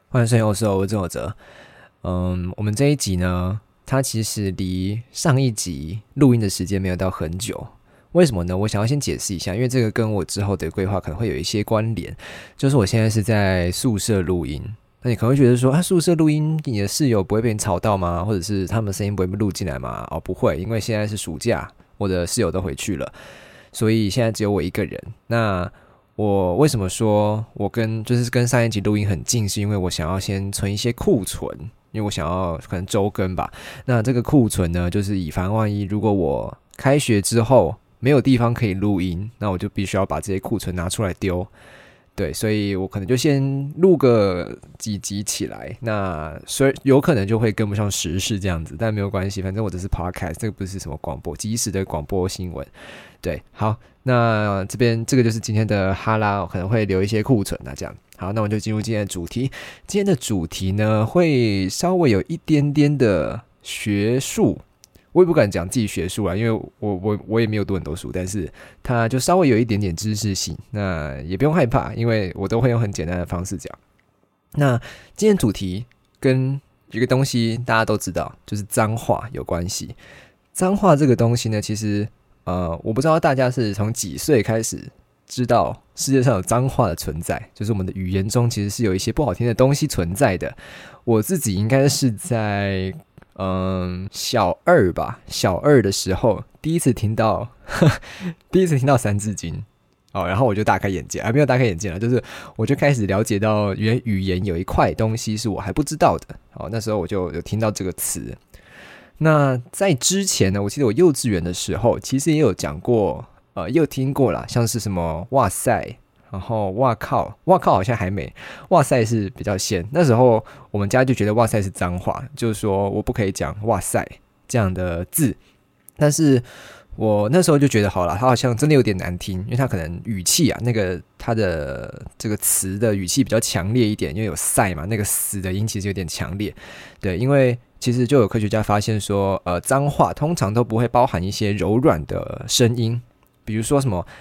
欢迎收听我是郑有哲。我们这一集呢，它其实离上一集录音的时间没有到很久。为什么呢？我想要先解释一下，因为这个跟我之后的规划可能会有一些关联。就是我现在是在宿舍录音，那你可能会觉得说，宿舍录音，你的室友不会被你吵到吗？或者是他们的声音不会被录进来吗？不会，因为现在是暑假，我的室友都回去了，所以现在只有我一个人。那我为什么说我跟上一集录音很近，是因为我想要先存一些库存，因为我想要可能周更吧。那这个库存呢，就是以防万一，如果我开学之后没有地方可以录音，那我就必须要把这些库存拿出来丢。对，所以我可能就先录个几集起来，那所以有可能就会跟不上时事这样子，但没有关系，反正我这是 podcast， 这个不是什么广播，即时的广播新闻。对，好，那这个就是今天的哈拉，我可能会留一些库存这样。好，那我们就进入今天的主题。今天的主题呢，会稍微有一点点的学术。我也不敢讲自己学术啦，因为我也没有读很多书，但是它就稍微有一点点知识性，那也不用害怕，因为我都会用很简单的方式讲。那今天主题跟一个东西大家都知道，就是脏话有关系。脏话这个东西呢，其实我不知道大家是从几岁开始知道世界上有脏话的存在，就是我们的语言中其实是有一些不好听的东西存在的。我自己应该是在小二吧，小二的时候第一次听到三字经然后我就大开眼界，没有大开眼界了，就是我就开始了解到原来语言有一块东西是我还不知道的。那时候我就有听到这个词。那在之前呢，我记得我幼稚园的时候其实也有讲过，也有听过啦，像是什么哇塞，然后哇靠好像还没，哇塞是比较先。那时候我们家就觉得哇塞是脏话，就是说我不可以讲哇塞这样的字。但是我那时候就觉得好啦，它好像真的有点难听，因为它可能语气它的这个词的语气比较强烈一点，因为有塞嘛，那个死的音其实有点强烈。对，因为其实就有科学家发现说，脏话通常都不会包含一些柔软的声音，比如说什么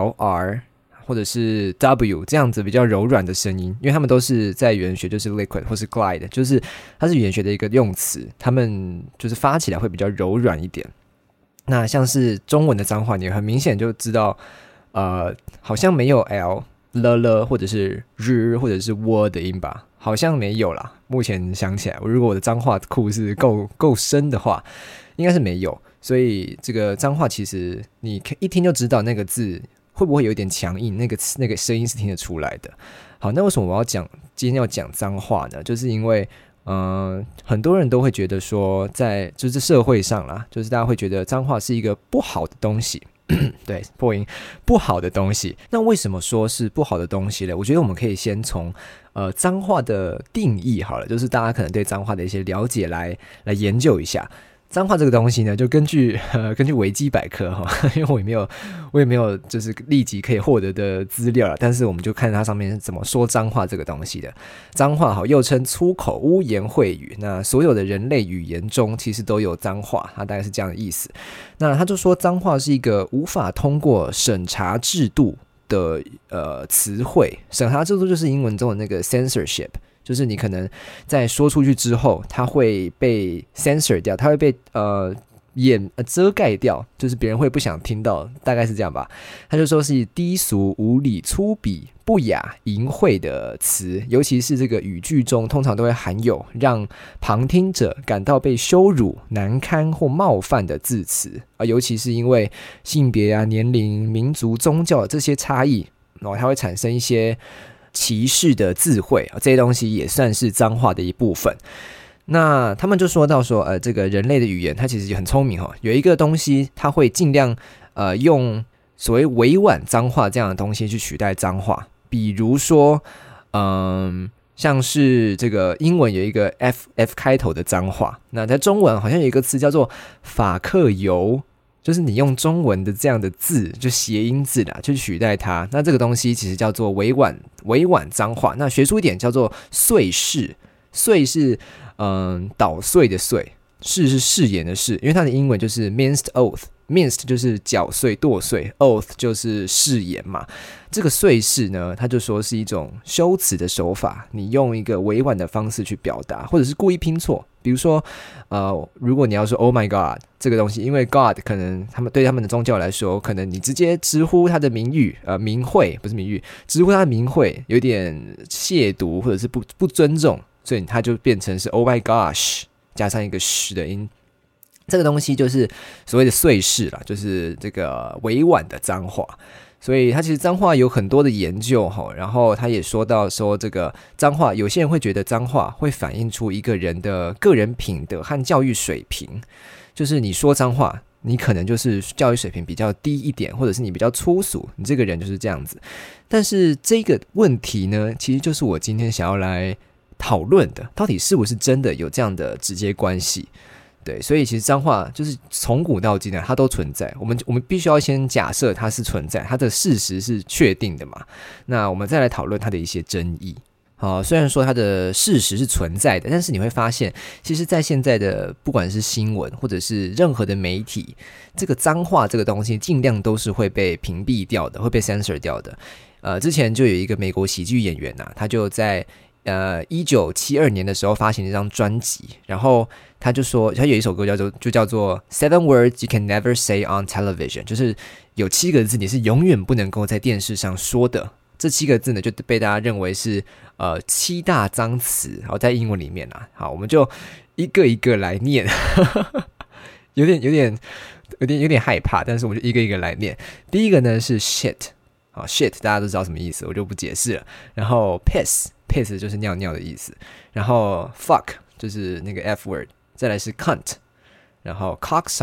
LR或者是 W 这样子比较柔软的声音，因为他们都是在语言学就是 liquid 或是 glide， 就是它是语言学的一个用词，他们就是发起来会比较柔软一点。那像是中文的脏话，你很明显就知道，好像没有 L 了或者是日或者是我的音吧，好像没有啦。目前想起来，如果我的脏话库是够深的话，应该是没有。所以这个脏话其实你一听就知道那个字会不会有点强硬，那个声音是听得出来的。好，那为什么我今天要讲脏话呢？就是因为很多人都会觉得说，在就是社会上啦，就是大家会觉得脏话是一个不好的东西。对，破音，不好的东西。那为什么说是不好的东西呢？我觉得我们可以先从脏话的定义好了，就是大家可能对脏话的一些了解来研究一下。脏话这个东西呢，就根据维基百科因为我也没有就是立即可以获得的资料了，但是我们就看它上面是怎么说脏话这个东西的。脏话又称粗口、污言秽语，那所有的人类语言中其实都有脏话，它大概是这样的意思。那他就说脏话是一个无法通过审查制度的词汇，审查制度就是英文中的那个 censorship。就是你可能在说出去之后，它会被 censor 掉，它会被遮盖掉，就是别人会不想听到，大概是这样吧。他就说是低俗、无理、粗鄙、不雅、淫秽的词，尤其是这个语句中通常都会含有让旁听者感到被羞辱、难堪或冒犯的字词尤其是因为性别年龄、民族、宗教这些差异，它会产生一些歧视的字汇这些东西也算是脏话的一部分。那他们就说到说，这个人类的语言它其实很聪明有一个东西它会尽量用所谓委婉脏话这样的东西去取代脏话，比如说像是这个英文有一个 F 开头的脏话，那在中文好像有一个词叫做法克油，就是你用中文的这样的字，就谐音字啦，去取代它。那这个东西其实叫做委婉脏话。那学术一点叫做碎饰，碎是捣碎的碎，饰是誓言的誓，因为它的英文就是 minced minced 就是搅碎剁碎， oath 就是誓言嘛。这个碎誓呢，他就说是一种修辞的手法，你用一个委婉的方式去表达，或者是故意拼错。比如说如果你要说 Oh my God 这个东西，因为 God 可能他们对他们的宗教来说，可能你直接直呼他的名誉名讳，不是名誉，直呼他的名讳有点亵渎或者是不尊重，所以它就变成是 Oh my gosh 加上一个 sh 的音。这个东西就是所谓的碎誓啦，就是这个委婉的脏话。所以他其实脏话有很多的研究，然后他也说到说这个脏话，有些人会觉得脏话会反映出一个人的个人品德和教育水平，就是你说脏话，你可能就是教育水平比较低一点，或者是你比较粗俗，你这个人就是这样子。但是这个问题呢，其实就是我今天想要来讨论的，到底是不是真的有这样的直接关系。对，所以其实脏话就是从古到今它都存在，我们必须要先假设它是存在，它的事实是确定的嘛，那我们再来讨论它的一些争议。虽然说它的事实是存在的，但是你会发现其实在现在的不管是新闻或者是任何的媒体，这个脏话这个东西尽量都是会被屏蔽掉的，会被 censor 掉的。之前就有一个美国喜剧演员他就在1972年的时候发行一张专辑，然后他就说他有一首歌叫做 Seven Words You Can Never Say on Television， 就是有7个字你是永远不能够在电视上说的。这7个字呢就被大家认为是7大脏词，在英文里面好，我们就一个一个来念有点害怕，但是我们就一个一个来念。第一个呢是 shit，shit 大家都知道什么意思，我就不解释了。然后 piss 就是尿尿的意思，然后 fuck 就是那个 F word， 再来是 cunt， 然后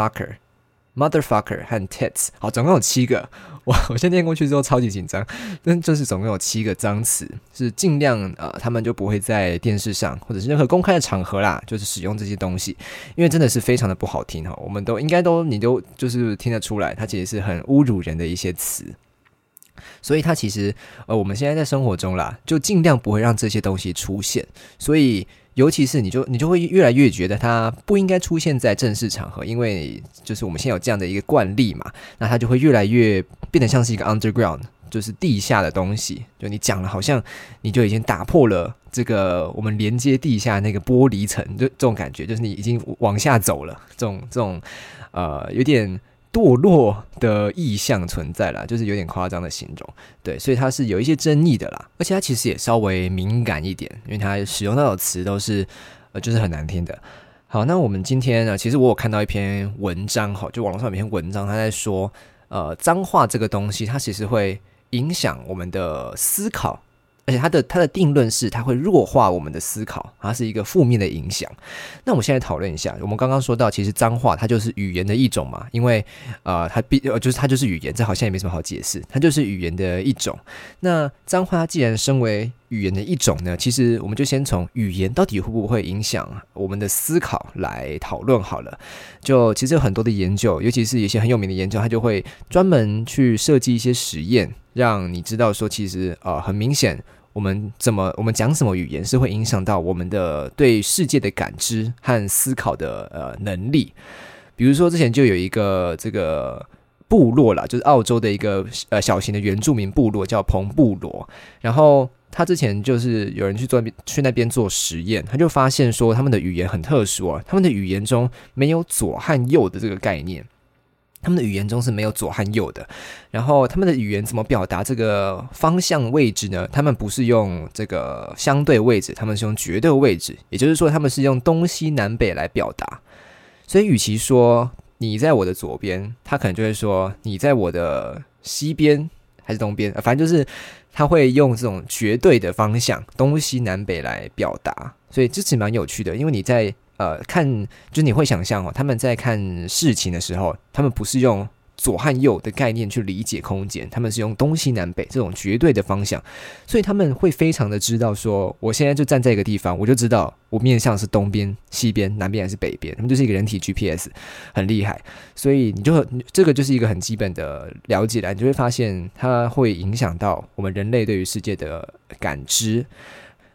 cocksucker、motherfucker 和 tits。 好，总共有7个。我现在念过去之后超级紧张，但就是总共有7个脏词，是尽量他们就不会在电视上或者是任何公开的场合啦，就是使用这些东西，因为真的是非常的不好听。我们都应该你都就是听得出来，它其实是很侮辱人的一些词。所以它其实我们现在在生活中啦，就尽量不会让这些东西出现。所以尤其是你就会越来越觉得它不应该出现在正式场合，因为就是我们现在有这样的一个惯例嘛，那它就会越来越变得像是一个 underground， 就是地下的东西。就你讲了，好像你就已经打破了这个我们连接地下那个玻璃层，就这种感觉，就是你已经往下走了，这种有点堕落的意象存在啦，就是有点夸张的形容。对，所以它是有一些争议的啦，而且它其实也稍微敏感一点，因为它使用到的词都是就是很难听的。好，那我们今天呢，其实我有看到一篇文章，就网络上有一篇文章，他在说脏话这个东西它其实会影响我们的思考，而且它的定论是它会弱化我们的思考，它是一个负面的影响。那我们现在讨论一下，我们刚刚说到其实脏话它就是语言的一种嘛，因为它就是语言，这好像也没什么好解释，它就是语言的一种。那脏话它既然身为语言的一种呢，其实我们就先从语言到底会不会影响我们的思考来讨论好了。就其实有很多的研究，尤其是一些很有名的研究，它就会专门去设计一些实验，让你知道说其实很明显我们讲什么语言是会影响到我们的对世界的感知和思考的能力。比如说之前就有一个这个部落啦，就是澳洲的一个小型的原住民部落叫彭部落，然后他之前就是有人去那边做实验，他就发现说他们的语言很特殊他们的语言中没有左和右的这个概念。他们的语言中是没有左和右的，然后他们的语言怎么表达这个方向位置呢？他们不是用这个相对位置，他们是用绝对位置，也就是说他们是用东西南北来表达。所以与其说你在我的左边，他可能就会说你在我的西边还是东边，反正就是他会用这种绝对的方向东西南北来表达。所以这其实蛮有趣的，因为你在看，就是你会想象他们在看事情的时候，他们不是用左和右的概念去理解空间，他们是用东西南北这种绝对的方向，所以他们会非常的知道说，我现在就站在一个地方，我就知道我面向是东边、西边、南边还是北边，他们就是一个人体 GPS， 很厉害。所以这个就是一个很基本的了解啦，你就会发现它会影响到我们人类对于世界的感知。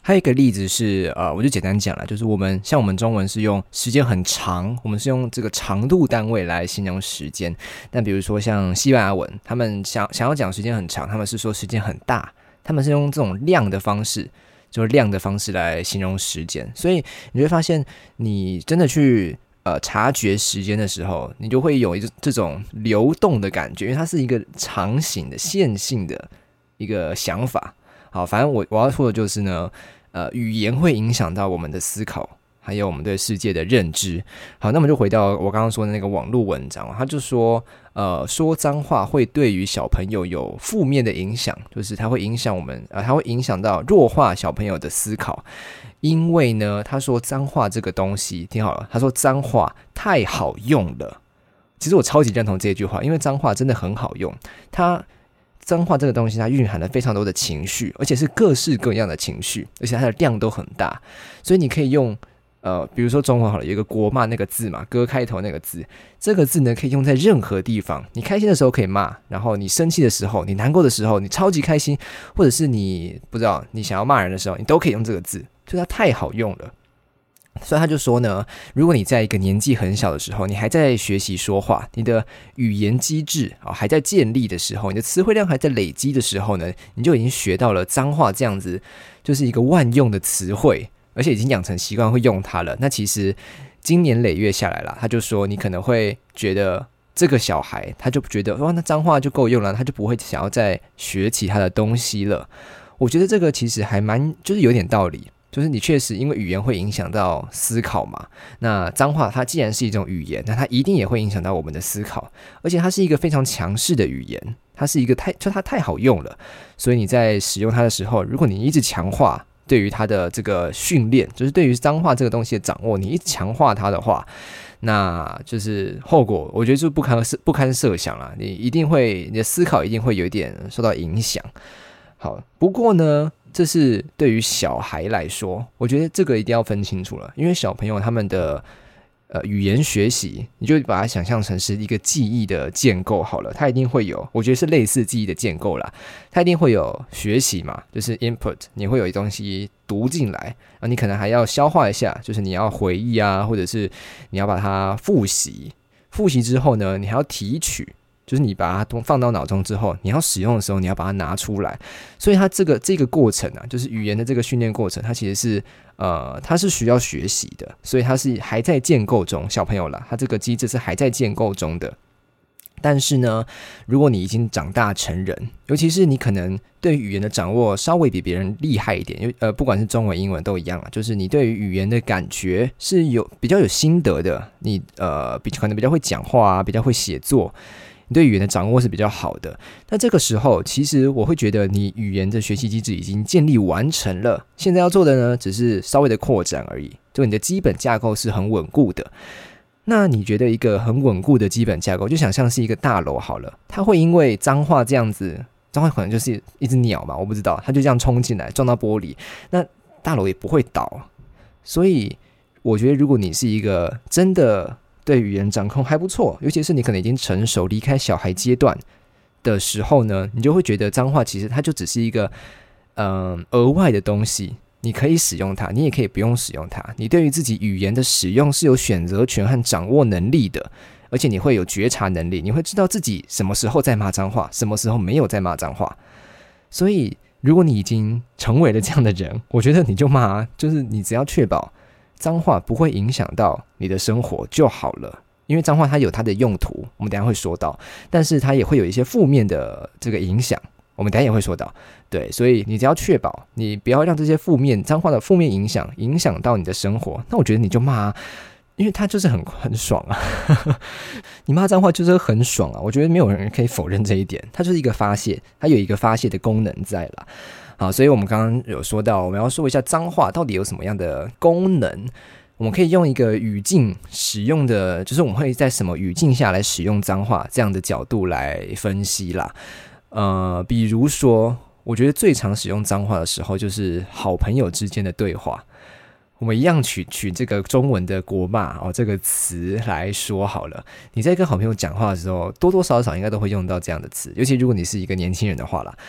还有一个例子是，我就简单讲了，就是我们中文是用时间很长，我们是用这个长度单位来形容时间。但比如说像西班牙文，他们想要讲时间很长，他们是说时间很大，他们是用这种量的方式，就是量的方式来形容时间。所以你会发现，你真的去察觉时间的时候，你就会有这种流动的感觉，因为它是一个长形的线性的一个想法。好，反正我要说的就是呢，语言会影响到我们的思考，还有我们对世界的认知。好，那我们就回到我刚刚说的那个网络文章，他就说，说脏话会对于小朋友有负面的影响，就是它会影响我们，它会影响到弱化小朋友的思考。因为呢，他说脏话这个东西，听好了，他说脏话太好用了。其实我超级认同这句话，因为脏话真的很好用，脏话这个东西，它蕴含了非常多的情绪，而且是各式各样的情绪，而且它的量都很大，所以你可以用比如说中文好了，有一个国骂那个字嘛，歌开头那个字，这个字呢可以用在任何地方。你开心的时候可以骂，然后你生气的时候，你难过的时候，你超级开心，或者是你不知道你想要骂人的时候，你都可以用这个字，就它太好用了。所以他就说呢，如果你在一个年纪很小的时候，你还在学习说话，你的语言机制还在建立的时候，你的词汇量还在累积的时候呢，你就已经学到了脏话这样子，就是一个万用的词汇，而且已经养成习惯会用它了。那其实经年累月下来啦，他就说你可能会觉得这个小孩他就觉得哇，那脏话就够用了，他就不会想要再学其他的东西了。我觉得这个其实还就是有点道理。就是你确实因为语言会影响到思考嘛，那脏话它既然是一种语言，那它一定也会影响到我们的思考，而且它是一个非常强势的语言，它是一个它太好用了，所以你在使用它的时候，如果你一直强化对于它的这个训练，就是对于脏话这个东西的掌握，你一直强化它的话，那就是后果我觉得就不堪设想啦，你的思考一定会有一点受到影响。好，不过呢，这是对于小孩来说，我觉得这个一定要分清楚了，因为小朋友他们的语言学习，你就把它想象成是一个记忆的建构好了，它一定会有，我觉得是类似记忆的建构啦，它一定会有学习嘛，就是 input， 你会有东西读进来，你可能还要消化一下，就是你要回忆啊，或者是你要把它复习之后呢，你还要提取。就是你把它放到脑中之后，你要使用的时候，你要把它拿出来。所以它这个过程啊，就是语言的这个训练过程，它其实是它是需要学习的，所以它是还在建构中。小朋友啦，它这个机制是还在建构中的。但是呢，如果你已经长大成人，尤其是你可能对语言的掌握稍微比别人厉害一点，因为不管是中文、英文都一样啊，就是你对于语言的感觉是比较有心得的，你可能比较会讲话啊，比较会写作。你对语言的掌握是比较好的，那这个时候其实我会觉得你语言的学习机制已经建立完成了，现在要做的呢只是稍微的扩展而已，就你的基本架构是很稳固的。那你觉得一个很稳固的基本架构，就想象是一个大楼好了，它会因为脏话这样子，脏话可能就是一只鸟嘛，我不知道，它就这样冲进来撞到玻璃，那大楼也不会倒。所以我觉得如果你是一个真的对语言掌控还不错，尤其是你可能已经成熟离开小孩阶段的时候呢，你就会觉得脏话其实它就只是一个额外的东西，你可以使用它，你也可以不用使用它，你对于自己语言的使用是有选择权和掌握能力的，而且你会有觉察能力，你会知道自己什么时候在骂脏话，什么时候没有在骂脏话。所以如果你已经成为了这样的人，我觉得你就骂，就是你只要确保脏话不会影响到你的生活就好了，因为脏话它有它的用途，我们等一下会说到，但是它也会有一些负面的这个影响，我们等一下也会说到。对，所以你只要确保你不要让这些脏话的负面影响到你的生活，那我觉得你就骂因为它就是很爽啊你骂脏话就是很爽啊，我觉得没有人可以否认这一点，它就是一个发泄，它有一个发泄的功能在啦。好，所以我们刚刚有说到，我们要说一下脏话到底有什么样的功能，我们可以用一个语境使用的，就是我们会在什么语境下来使用脏话这样的角度来分析啦。比如说我觉得最常使用脏话的时候就是好朋友之间的对话，我们一样取这个中文的国骂这个词来说好了，你在跟好朋友讲话的时候多多少少应该都会用到这样的词，尤其如果你是一个年轻人的话啦，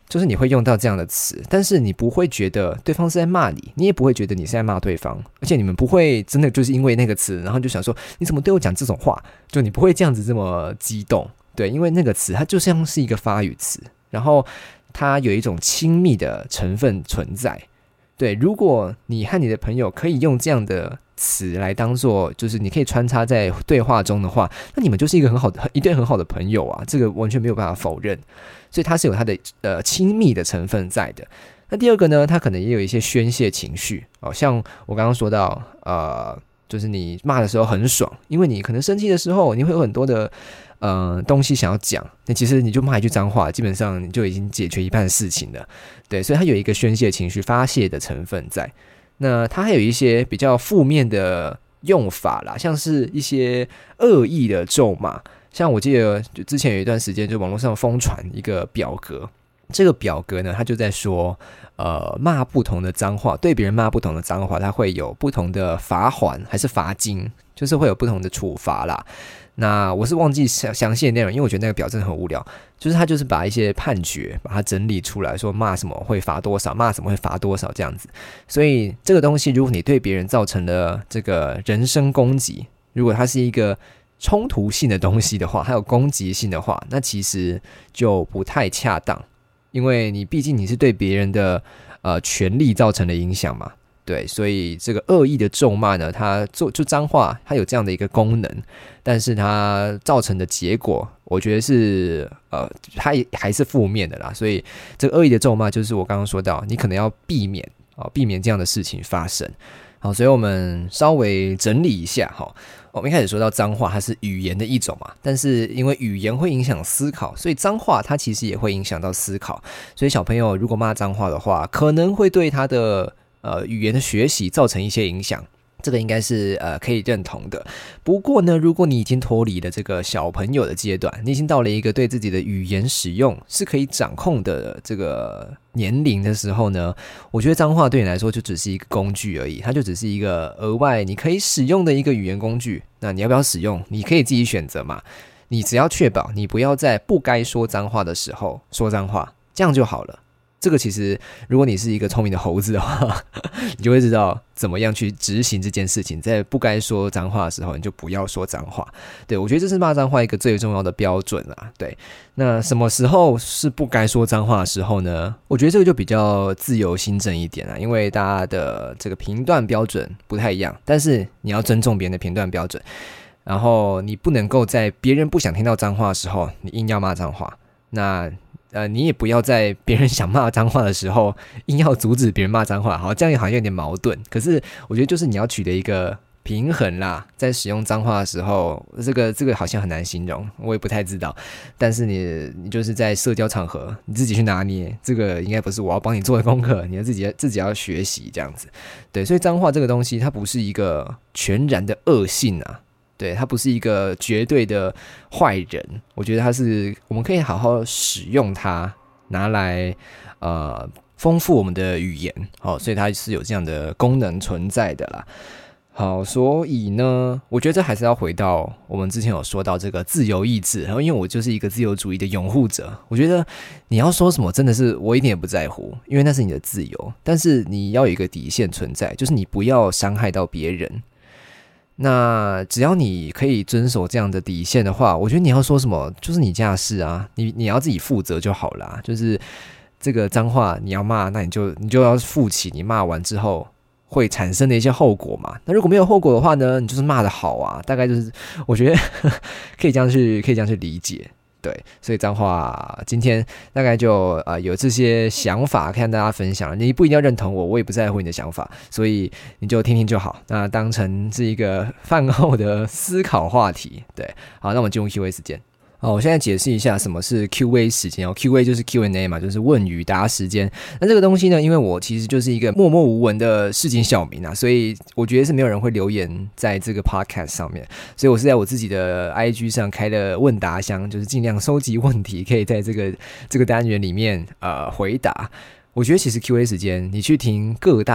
就是你会用到这样的词，但是你不会觉得对方是在骂你，你也不会觉得你是在骂对方，而且你们不会真的就是因为那个词，然后就想说你怎么对我讲这种话，就你不会这样子这么激动，对，因为那个词它就像是一个发语词，然后它有一种亲密的成分存在。对，如果你和你的朋友可以用这样的词来当做，就是你可以穿插在对话中的话，那你们就是一对很好的朋友啊，这个完全没有办法否认。所以它是有它的亲密的成分在的。那第二个呢，它可能也有一些宣泄情绪像我刚刚说到就是你骂的时候很爽，因为你可能生气的时候，你会有很多的东西想要讲，那其实你就骂一句脏话，基本上你就已经解决一半的事情了。对，所以它有一个宣泄情绪、发泄的成分在。那它还有一些比较负面的用法啦，像是一些恶意的咒骂。像我记得就之前有一段时间，就网络上疯传一个表格，这个表格呢，它就在说骂不同的脏话，对别人骂不同的脏话，它会有不同的罚锾还是罚金，就是会有不同的处罚啦。那我是忘记详细的内容，因为我觉得那个表真的很无聊，就是他就是把一些判决把它整理出来，说骂什么会罚多少，骂什么会罚多少这样子。所以这个东西，如果你对别人造成了这个人身攻击，如果它是一个冲突性的东西的话，还有攻击性的话，那其实就不太恰当，因为你毕竟你是对别人的权利造成的影响嘛。对，所以这个恶意的咒骂呢，它就脏话，它有这样的一个功能，但是它造成的结果，我觉得是它还是负面的啦。所以这个恶意的咒骂，就是我刚刚说到，你可能要避免这样的事情发生。好，所以我们稍微整理一下哈。我们一开始说到脏话，它是语言的一种嘛，但是因为语言会影响思考，所以脏话它其实也会影响到思考。所以小朋友如果骂脏话的话，可能会对他的语言的学习造成一些影响，这个应该是可以认同的。不过呢，如果你已经脱离了这个小朋友的阶段，你已经到了一个对自己的语言使用是可以掌控的这个年龄的时候呢，我觉得脏话对你来说就只是一个工具而已，它就只是一个额外你可以使用的一个语言工具。那你要不要使用，你可以自己选择嘛。你只要确保你不要在不该说脏话的时候说脏话，这样就好了。这个其实如果你是一个聪明的猴子的话，你就会知道怎么样去执行这件事情，在不该说脏话的时候你就不要说脏话。对，我觉得这是骂脏话一个最重要的标准啦。对，那什么时候是不该说脏话的时候呢？我觉得这个就比较自由心证一点啦，因为大家的这个评断标准不太一样，但是你要尊重别人的评断标准，然后你不能够在别人不想听到脏话的时候你硬要骂脏话，那你也不要在别人想骂脏话的时候硬要阻止别人骂脏话，好，这样好像有点矛盾。可是我觉得就是你要取得一个平衡啦，在使用脏话的时候，这个好像很难形容，我也不太知道。但是你就是在社交场合，你自己去拿捏，这个应该不是我要帮你做的功课，你要自己要学习这样子。对，所以脏话这个东西，它不是一个全然的恶性啊。对，它不是一个绝对的坏人，我觉得它是我们可以好好使用它，拿来丰富我们的语言，所以它是有这样的功能存在的啦。好，所以呢，我觉得这还是要回到我们之前有说到这个自由意志，然后因为我就是一个自由主义的拥护者，我觉得你要说什么真的是我一点也不在乎，因为那是你的自由，但是你要有一个底线存在，就是你不要伤害到别人。那只要你可以遵守这样的底线的话，我觉得你要说什么就是你家的事啊，你要自己负责就好啦。就是这个脏话你要骂，那你就要负起你骂完之后会产生的一些后果嘛。那如果没有后果的话呢，你就是骂得好啊，大概就是我觉得可以这样去理解。对，所以脏话今天大概就有这些想法看大家分享，你不一定要认同我，我也不在乎你的想法，所以你就听听就好，那当成是一个饭后的思考话题。对，好，那我们进入 Q&A 时间。好，我现在解释一下什么是 Q&A 时间。Q&A 就是 Q&A 嘛，就是问与答时间。那这个东西呢，因为我其实就是一个默默无闻的市井小民啊，所以我觉得是没有人会留言在这个 podcast 上面，所以我是在我自己的 IG 上开了问答箱，就是尽量收集问题，可以在这个单元里面回答。我觉得其实 Q&A 时间，你去听各大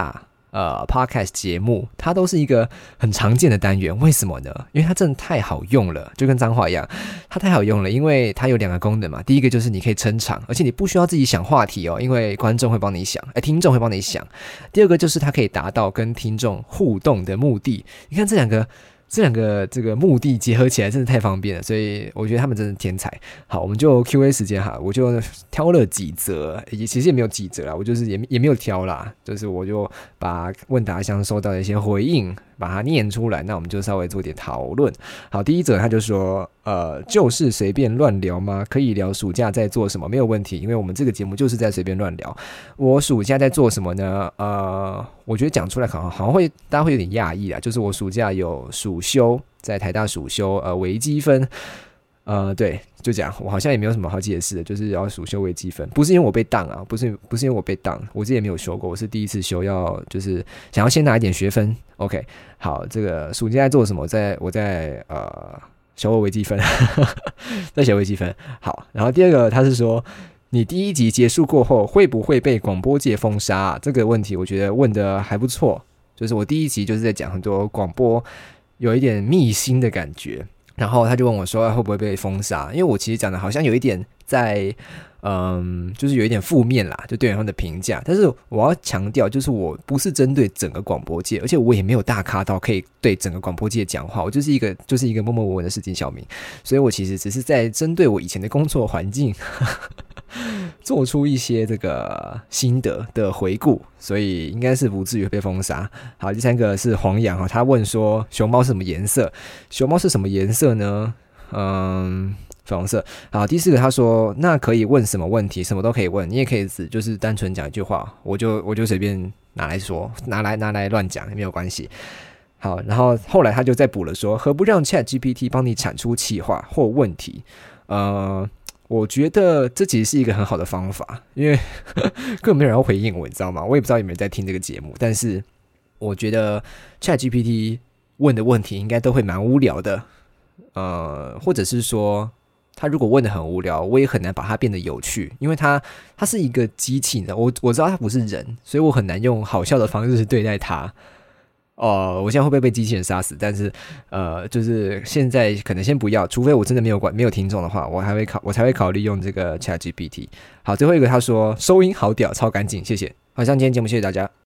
podcast 节目，它都是一个很常见的单元。为什么呢？因为它真的太好用了，就跟脏话一样，它太好用了。因为它有2个功能嘛，第一个就是你可以撑场，而且你不需要自己想话题哦，因为观众会帮你想，听众会帮你想。第二个就是它可以达到跟听众互动的目的。你看这两个这个目的结合起来真的太方便了，所以我觉得他们真的天才。好，我们就 Q&A 时间哈，我就挑了几则，其实也没有几则啦，我就是也没有挑啦，就是我就把问答箱收到的一些回应把它念出来，那我们就稍微做点讨论。好，第一则他就说就是随便乱聊吗？可以聊暑假在做什么，没有问题，因为我们这个节目就是在随便乱聊。我暑假在做什么呢？我觉得讲出来好像会大家会有点讶异啦，就是我暑假有暑修，在台大暑修微积分。对，就这样，我好像也没有什么好解释的，就是要暑修微积分，不是因为我被当啊，不是因为我被当，我自己也没有修过，我是第一次修，就是想要先拿一点学分。OK， 好，这个暑假在做什么？我在修微积分，在学微积分。好，然后第二个他是说，你第一集结束过后会不会被广播界封杀啊？这个问题我觉得问的还不错，就是我第一集就是在讲很多广播有一点秘辛的感觉。然后他就问我说会不会被封杀，因为我其实讲的好像有一点在就是有一点负面啦，就对他们的评价。但是我要强调，就是我不是针对整个广播界，而且我也没有大咖到可以对整个广播界讲话，我就是一个默默无闻的市井小民，所以我其实只是在针对我以前的工作环境做出一些这个心得的回顾，所以应该是不至于被封杀。好，第三个是黄洋，他问说熊猫是什么颜色？熊猫是什么颜色呢？粉红色。好，第四个他说那可以问什么问题？什么都可以问，你也可以就是单纯讲一句话，我就随便拿来说，拿来乱讲也没有关系。好，然后后来他就再补了说，何不让 ChatGPT 帮你产出企划或问题？我觉得这其实是一个很好的方法，因为根本没有人要回应我，你知道吗？我也不知道有没有人在听这个节目，但是我觉得 ChatGPT 问的问题应该都会蛮无聊的，或者是说他如果问的很无聊，我也很难把它变得有趣，因为它是一个机器的，我知道它不是人，所以我很难用好笑的方式去对待它。我现在会不会被机器人杀死？但是就是现在可能先不要，除非我真的没有听众的话，我才会考虑用这个 ChatGPT。好，最后一个他说收音好屌，超干净，谢谢。好，像今天节目，谢谢大家。